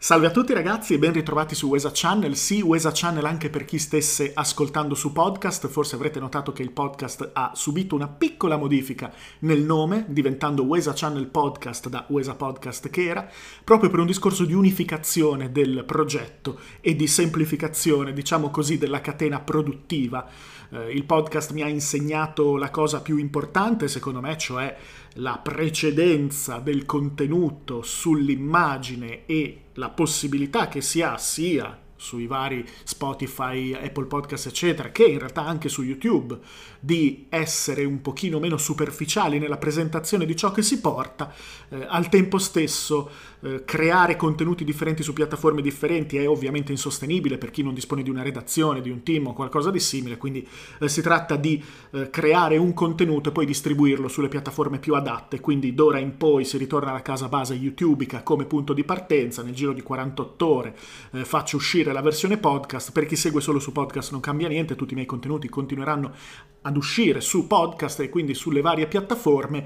Salve a tutti ragazzi e ben ritrovati su Wesa Channel. Sì, Wesa Channel anche per chi stesse ascoltando su podcast. Forse avrete notato che il podcast ha subito una piccola modifica nel nome, diventando Wesa Channel Podcast da Wesa Podcast che era, proprio per un discorso di unificazione del progetto e di semplificazione, diciamo così, della catena produttiva. Il podcast mi ha insegnato la cosa più importante, secondo me, cioè la precedenza del contenuto sull'immagine e la possibilità che si ha sia sui vari Spotify, Apple Podcast eccetera, che in realtà anche su YouTube, di essere un pochino meno superficiali nella presentazione di ciò che si porta, al tempo stesso creare contenuti differenti su piattaforme differenti è ovviamente insostenibile per chi non dispone di una redazione, di un team o qualcosa di simile, quindi si tratta di creare un contenuto e poi distribuirlo sulle piattaforme più adatte, quindi d'ora in poi si ritorna alla casa base YouTubica come punto di partenza. Nel giro di 48 ore faccio uscire la versione podcast. Per chi segue solo su podcast non cambia niente, tutti i miei contenuti continueranno ad uscire su podcast e quindi sulle varie piattaforme,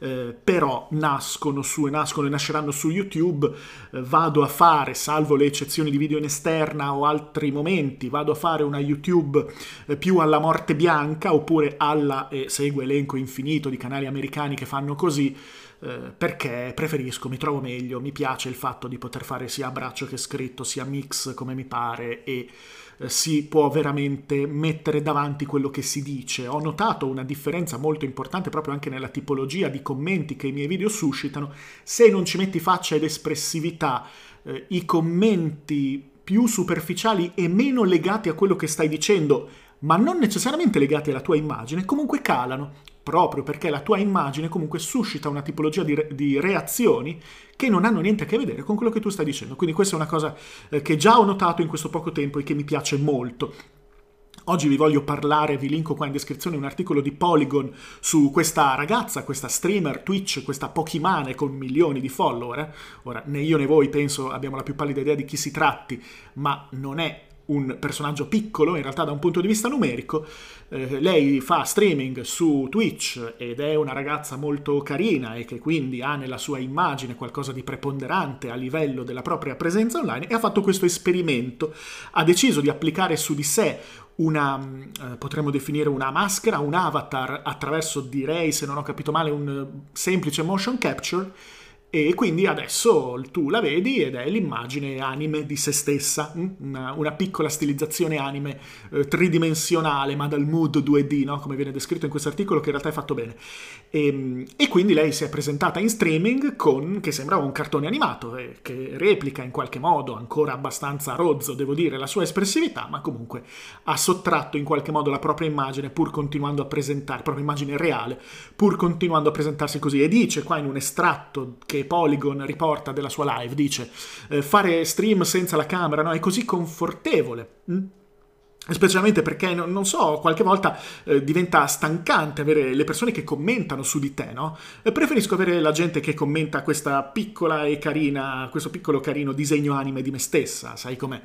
però nascono e nasceranno su YouTube. Vado a fare, salvo le eccezioni di video in esterna o altri momenti, vado a fare una YouTube più alla morte bianca, oppure segue elenco infinito di canali americani che fanno così, perché preferisco, mi trovo meglio, mi piace il fatto di poter fare sia a braccio che scritto, sia mix come mi pare, e si può veramente mettere davanti quello che si dice. Ho notato una differenza molto importante proprio anche nella tipologia di commenti che i miei video suscitano. Se non ci metti faccia ed espressività, i commenti più superficiali e meno legati a quello che stai dicendo, ma non necessariamente legati alla tua immagine, comunque calano, proprio perché la tua immagine comunque suscita una tipologia di reazioni che non hanno niente a che vedere con quello che tu stai dicendo. Quindi questa è una cosa che già ho notato in questo poco tempo e che mi piace molto. Oggi vi voglio parlare, vi linko qua in descrizione un articolo di Polygon su questa ragazza, questa streamer Twitch, questa Pokimane con milioni di follower. Ora, né io né voi penso abbiamo la più pallida idea di chi si tratti, ma non è un personaggio piccolo in realtà da un punto di vista numerico. Lei fa streaming su Twitch ed è una ragazza molto carina e che quindi ha nella sua immagine qualcosa di preponderante a livello della propria presenza online, e ha fatto questo esperimento. Ha deciso di applicare su di sé potremmo definire una maschera, un avatar, attraverso, direi, se non ho capito male, un semplice motion capture. E quindi adesso tu la vedi ed è l'immagine anime di se stessa, una piccola stilizzazione anime tridimensionale, ma dal mood 2D, no? Come viene descritto in questo articolo, che in realtà è fatto bene. E quindi lei si è presentata in streaming che sembrava un cartone animato, che replica in qualche modo, ancora abbastanza rozzo, devo dire, la sua espressività, ma comunque ha sottratto in qualche modo la propria immagine, pur continuando a presentare, propria immagine reale, pur continuando a presentarsi così. E dice qua in un estratto che Polygon riporta della sua live, dice fare stream senza la camera, no, è così confortevole, specialmente perché non so, qualche volta diventa stancante avere le persone che commentano su di te, no? Preferisco avere la gente che commenta questa piccola e carina, questo piccolo carino disegno anime di me stessa, sai com'è,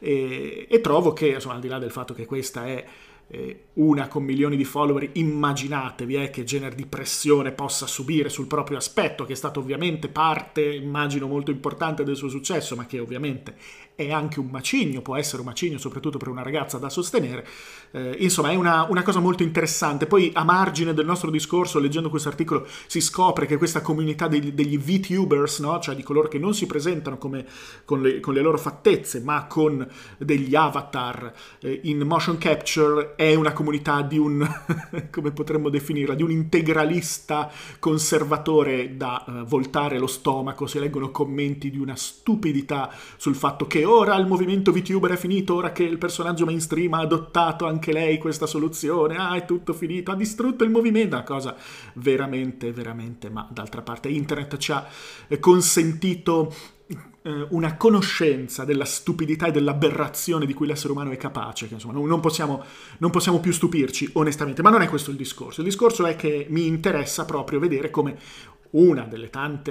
e trovo che, insomma, al di là del fatto che questa è una con milioni di follower, immaginatevi che genere di pressione possa subire sul proprio aspetto, che è stato ovviamente parte, immagino, molto importante del suo successo, ma che ovviamente è anche un macigno, può essere un macigno soprattutto per una ragazza da sostenere. Insomma, è una cosa molto interessante. Poi, a margine del nostro discorso, leggendo questo articolo, si scopre che questa comunità degli VTubers, no? Cioè di coloro che non si presentano con le loro fattezze, ma con degli avatar in motion capture, è una comunità di un, come potremmo definirla, di un integralista conservatore da voltare lo stomaco. Si leggono commenti di una stupidità sul fatto che ora il movimento VTuber è finito, ora che il personaggio mainstream ha adottato anche lei questa soluzione, è tutto finito, ha distrutto il movimento, una cosa veramente, veramente, ma d'altra parte internet ci ha consentito una conoscenza della stupidità e dell'aberrazione di cui l'essere umano è capace, che insomma non possiamo più stupirci onestamente, ma non è questo il discorso è che mi interessa proprio vedere come una delle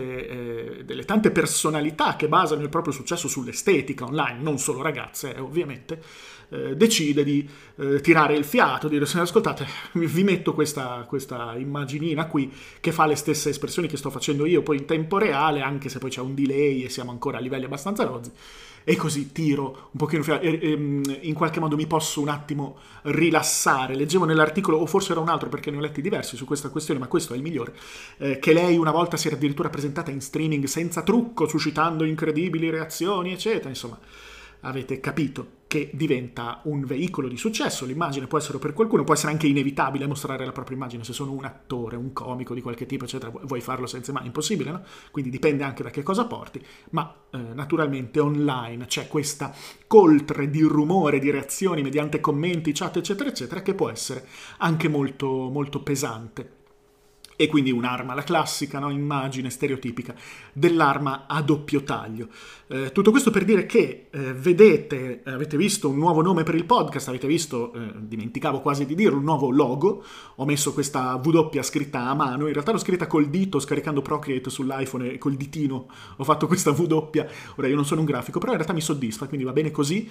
tante personalità che basano il proprio successo sull'estetica online, non solo ragazze, ovviamente, decide di tirare il fiato, dire: ascoltate, vi metto questa immaginina qui che fa le stesse espressioni che sto facendo io poi in tempo reale, anche se poi c'è un delay e siamo ancora a livelli abbastanza rozzi, e così tiro un pochino fiato, in qualche modo mi posso un attimo rilassare. Leggevo nell'articolo, o forse era un altro perché ne ho letti diversi su questa questione, ma questo è il migliore, che lei una volta si era addirittura presentata in streaming senza trucco, suscitando incredibili reazioni, eccetera. Insomma, avete capito che diventa un veicolo di successo. L'immagine può essere per qualcuno, può essere anche inevitabile mostrare la propria immagine. Se sono un attore, un comico di qualche tipo, eccetera, vuoi farlo senza mai? Impossibile, no? Quindi dipende anche da che cosa porti, ma naturalmente online c'è questa coltre di rumore, di reazioni mediante commenti, chat, eccetera, eccetera, che può essere anche molto, molto pesante. E quindi un'arma, la classica, no, immagine stereotipica dell'arma a doppio taglio. Tutto questo per dire che, vedete, avete visto un nuovo nome per il podcast, avete visto, dimenticavo quasi di dirlo, un nuovo logo. Ho messo questa W scritta a mano, in realtà l'ho scritta col dito scaricando Procreate sull'iPhone, e col ditino ho fatto questa W. Ora io non sono un grafico, però in realtà mi soddisfa, quindi va bene così,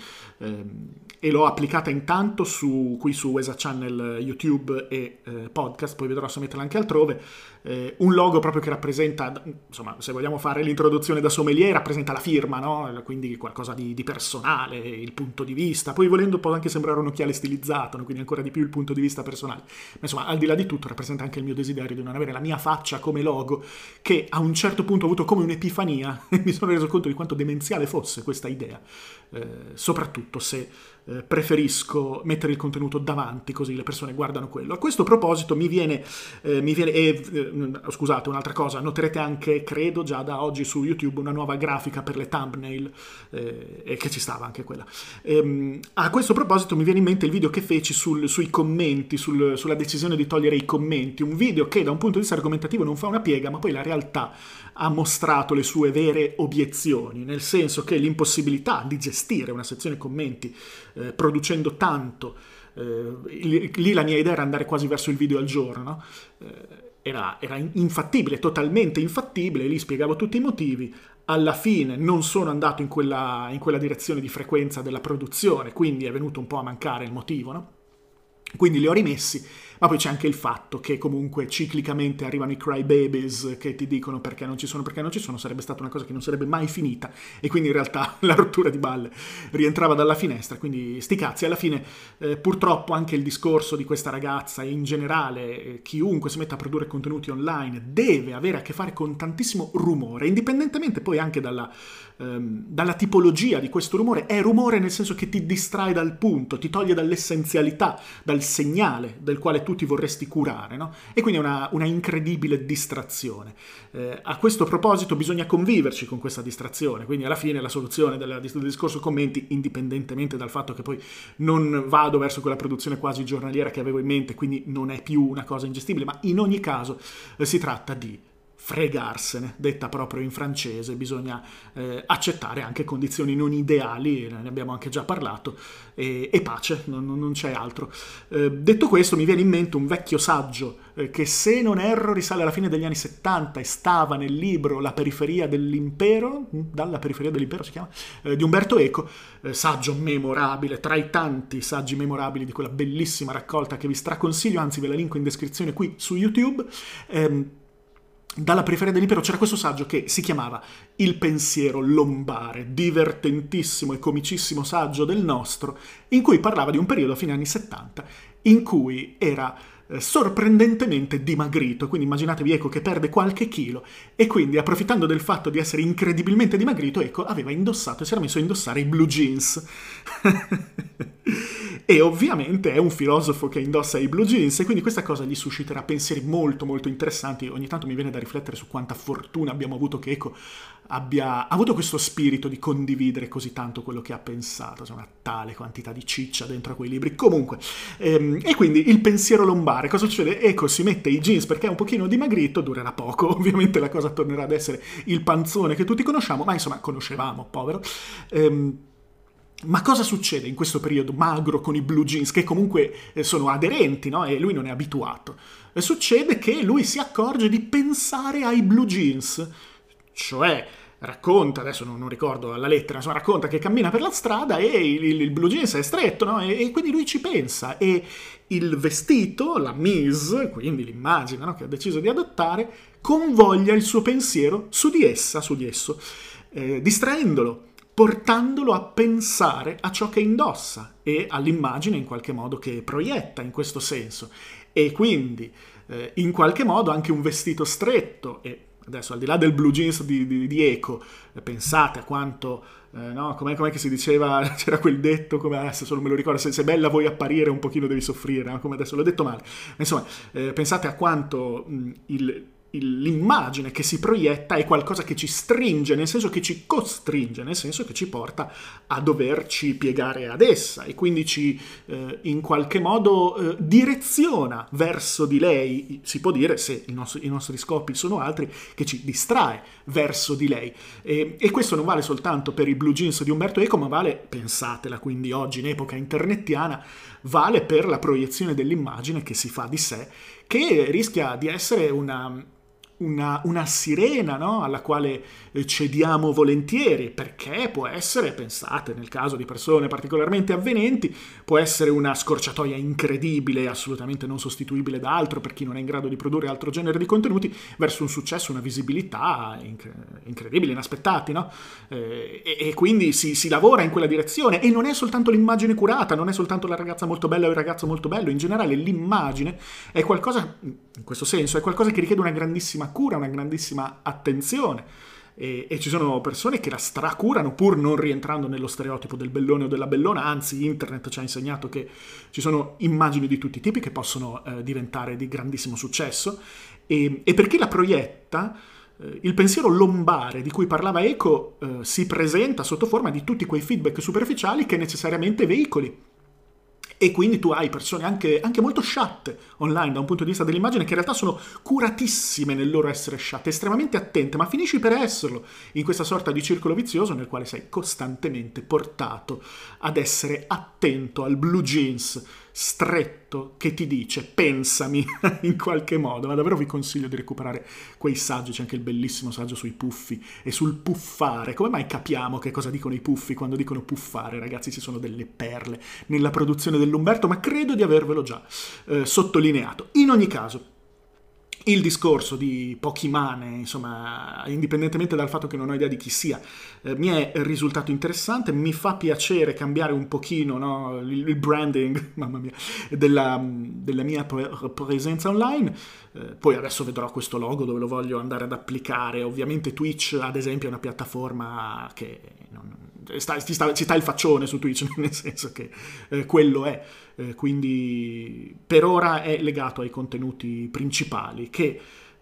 e l'ho applicata intanto qui su Wesa Channel, YouTube e podcast, poi vedrò se metterla anche altrove. Un logo proprio che rappresenta, insomma, se vogliamo fare l'introduzione da sommelier, rappresenta la firma, no? Quindi qualcosa di personale, il punto di vista. Poi volendo può anche sembrare un occhiale stilizzato, no? Quindi ancora di più il punto di vista personale. Ma insomma, al di là di tutto, rappresenta anche il mio desiderio di non avere la mia faccia come logo, che a un certo punto ho avuto come un'epifania e mi sono reso conto di quanto demenziale fosse questa idea, soprattutto se preferisco mettere il contenuto davanti, così le persone guardano quello. A questo proposito mi viene scusate, un'altra cosa, noterete anche, credo già da oggi su YouTube, una nuova grafica per le thumbnail, e che ci stava anche quella. A questo proposito mi viene in mente il video che feci sui commenti, sulla decisione di togliere i commenti, un video che da un punto di vista argomentativo non fa una piega, ma poi la realtà ha mostrato le sue vere obiezioni, nel senso che l'impossibilità di gestire una sezione commenti producendo tanto, lì la mia idea era andare quasi verso il video al giorno, no? Era infattibile, totalmente infattibile, lì spiegavo tutti i motivi. Alla fine non sono andato in quella direzione di frequenza della produzione, quindi è venuto un po' a mancare il motivo, no? Quindi li ho rimessi, ma poi c'è anche il fatto che comunque ciclicamente arrivano i crybabies che ti dicono perché non ci sono, sarebbe stata una cosa che non sarebbe mai finita, e quindi in realtà la rottura di balle rientrava dalla finestra, quindi sti cazzi. Alla fine purtroppo anche il discorso di questa ragazza, e in generale chiunque si metta a produrre contenuti online deve avere a che fare con tantissimo rumore, indipendentemente poi anche dalla tipologia di questo rumore. È rumore nel senso che ti distrae dal punto, ti toglie dall'essenzialità, dal segnale del quale tu ti vorresti curare, no? E quindi è una incredibile distrazione. A questo proposito bisogna conviverci con questa distrazione, quindi alla fine la soluzione del discorso commenti, indipendentemente dal fatto che poi non vado verso quella produzione quasi giornaliera che avevo in mente, quindi non è più una cosa ingestibile, ma in ogni caso si tratta di fregarsene, detta proprio in francese. Bisogna accettare anche condizioni non ideali, ne abbiamo anche già parlato, e pace, non c'è altro. Detto questo, mi viene in mente un vecchio saggio che, se non erro, risale alla fine degli anni 70 e stava nel libro La periferia dell'impero, dalla periferia dell'impero si chiama, di Umberto Eco, saggio memorabile, tra i tanti saggi memorabili di quella bellissima raccolta che vi straconsiglio, anzi ve la linko in descrizione qui su YouTube. Dalla periferia dell'impero c'era questo saggio che si chiamava Il pensiero lombare, divertentissimo e comicissimo saggio del nostro, in cui parlava di un periodo a fine anni 70 in cui era sorprendentemente dimagrito. Quindi immaginatevi Eco che perde qualche chilo, e quindi, approfittando del fatto di essere incredibilmente dimagrito, Eco aveva indossato e si era messo a indossare i blue jeans. E ovviamente è un filosofo che indossa i blue jeans, e quindi questa cosa gli susciterà pensieri molto molto interessanti. Ogni tanto mi viene da riflettere su quanta fortuna abbiamo avuto che Eco abbia avuto questo spirito di condividere così tanto quello che ha pensato. C'è una tale quantità di ciccia dentro a quei libri. Comunque, e quindi il pensiero lombare, cosa succede? Eco si mette i jeans perché è un pochino dimagrito, durerà poco, ovviamente la cosa tornerà ad essere il panzone che tutti conosciamo, ma insomma conoscevamo, povero. Ma cosa succede in questo periodo magro con i blue jeans, che comunque sono aderenti, no? E lui non è abituato? Succede che lui si accorge di pensare ai blue jeans, cioè racconta, adesso non ricordo la lettera, insomma racconta che cammina per la strada e il blue jeans è stretto, no? E quindi lui ci pensa e il vestito, la mise, quindi l'immagine, no, che ha deciso di adottare, convoglia il suo pensiero su di essa, su di esso, distraendolo, portandolo a pensare a ciò che indossa e all'immagine in qualche modo che proietta in questo senso. E quindi in qualche modo anche un vestito stretto, e adesso al di là del blue jeans di Eco, pensate a quanto, no, com'è che si diceva, c'era quel detto, come adesso solo me lo ricordo, se sei bella vuoi apparire un pochino devi soffrire, no? Come adesso l'ho detto male, insomma pensate a quanto l'immagine che si proietta è qualcosa che ci stringe, nel senso che ci costringe, nel senso che ci porta a doverci piegare ad essa e quindi ci in qualche modo direziona verso di lei, si può dire, se i nostri scopi sono altri, che ci distrae verso di lei. E questo non vale soltanto per i blue jeans di Umberto Eco, ma vale, pensatela quindi oggi in epoca internettiana, vale per la proiezione dell'immagine che si fa di sé, che rischia di essere una sirena, no? Alla quale cediamo volentieri, perché può essere, pensate, nel caso di persone particolarmente avvenenti, può essere una scorciatoia incredibile, assolutamente non sostituibile da altro per chi non è in grado di produrre altro genere di contenuti, verso un successo, una visibilità incredibile, inaspettati, no? E quindi si lavora in quella direzione, e non è soltanto l'immagine curata, non è soltanto la ragazza molto bella o il ragazzo molto bello, in generale l'immagine è qualcosa, in questo senso, è qualcosa che richiede una grandissima cura, una grandissima attenzione, e ci sono persone che la stracurano pur non rientrando nello stereotipo del bellone o della bellona, anzi internet ci ha insegnato che ci sono immagini di tutti i tipi che possono diventare di grandissimo successo, e per chi la proietta il pensiero lombare di cui parlava Eco si presenta sotto forma di tutti quei feedback superficiali che necessariamente veicoli. E quindi tu hai persone anche molto sciatte online da un punto di vista dell'immagine, che in realtà sono curatissime nel loro essere sciatte, estremamente attente, ma finisci per esserlo in questa sorta di circolo vizioso nel quale sei costantemente portato ad essere attento al blue jeans stretto che ti dice pensami in qualche modo. Ma davvero vi consiglio di recuperare quei saggi, c'è anche il bellissimo saggio sui puffi e sul puffare. Come mai capiamo che cosa dicono i puffi quando dicono puffare? Ragazzi, ci sono delle perle nella produzione dell'Umberto, ma credo di avervelo già sottolineato. In ogni caso, il discorso di Pokimane, insomma, indipendentemente dal fatto che non ho idea di chi sia, mi è risultato interessante. Mi fa piacere cambiare un pochino, no, il branding, mamma mia, della mia presenza online. Poi adesso vedrò questo logo dove lo voglio andare ad applicare. Ovviamente Twitch, ad esempio, è una piattaforma che ci sta il faccione su Twitch, nel senso che quello è. Quindi per ora è legato ai contenuti principali che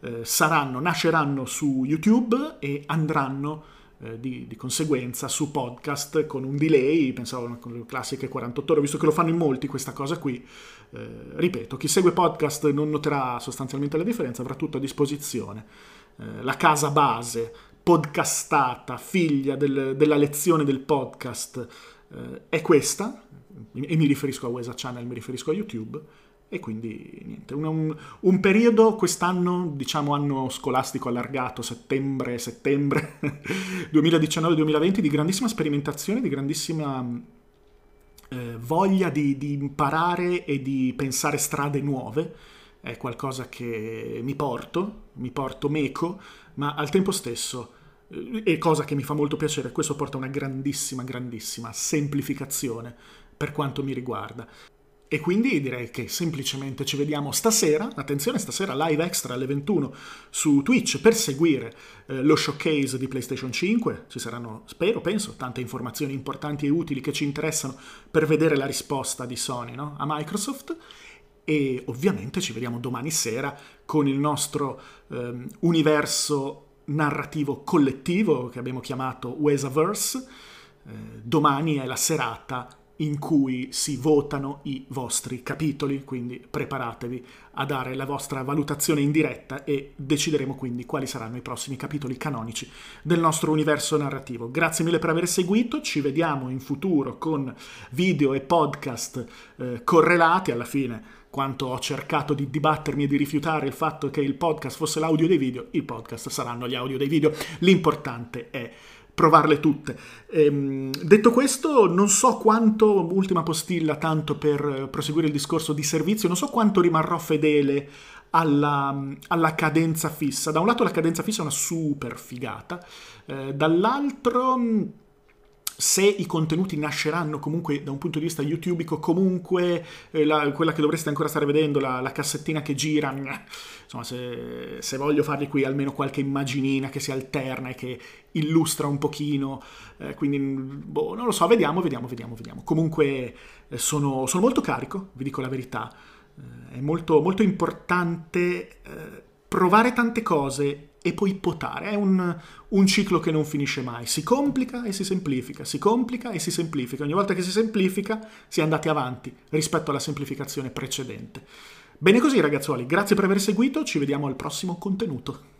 nasceranno su YouTube e andranno di conseguenza su podcast con un delay, pensavo con le classiche 48 ore, visto che lo fanno in molti questa cosa qui. Ripeto, chi segue podcast non noterà sostanzialmente la differenza, avrà tutto a disposizione. La casa base, podcastata, figlia della lezione del podcast, è questa, e mi riferisco a Wesa Channel, mi riferisco a YouTube, e quindi niente, un periodo quest'anno, diciamo anno scolastico allargato, settembre 2019-2020, di grandissima sperimentazione, di grandissima voglia di imparare e di pensare strade nuove. È qualcosa che mi porto meco, ma al tempo stesso, e cosa che mi fa molto piacere, questo porta a una grandissima semplificazione per quanto mi riguarda. E quindi direi che semplicemente ci vediamo stasera, attenzione, stasera live extra alle 21 su Twitch per seguire lo showcase di PlayStation 5. Ci saranno, penso, tante informazioni importanti e utili che ci interessano per vedere la risposta di Sony, no? A Microsoft. E ovviamente ci vediamo domani sera con il nostro universo narrativo collettivo che abbiamo chiamato Wesaverse. Domani è la serata in cui si votano i vostri capitoli, quindi preparatevi a dare la vostra valutazione in diretta e decideremo quindi quali saranno i prossimi capitoli canonici del nostro universo narrativo. Grazie mille per aver seguito, ci vediamo in futuro con video e podcast correlati. Alla fine, quanto ho cercato di dibattermi e di rifiutare il fatto che il podcast fosse l'audio dei video, il podcast saranno gli audio dei video, l'importante è provarle tutte. Detto questo, non so quanto, ultima postilla tanto per proseguire il discorso di servizio, non so quanto rimarrò fedele alla cadenza fissa. Da un lato la cadenza fissa è una super figata, dall'altro se i contenuti nasceranno comunque da un punto di vista youtubico, comunque quella che dovreste ancora stare vedendo, la cassettina che gira, insomma se voglio farli qui almeno qualche immaginina che si alterna e che illustra un pochino, quindi non lo so, vediamo. Comunque sono molto carico, vi dico la verità, è molto, molto importante provare tante cose e poi potare. È un ciclo che non finisce mai, si complica e si semplifica, si complica e si semplifica. Ogni volta che si semplifica si è andati avanti rispetto alla semplificazione precedente. Bene così ragazzuoli, grazie per aver seguito, ci vediamo al prossimo contenuto.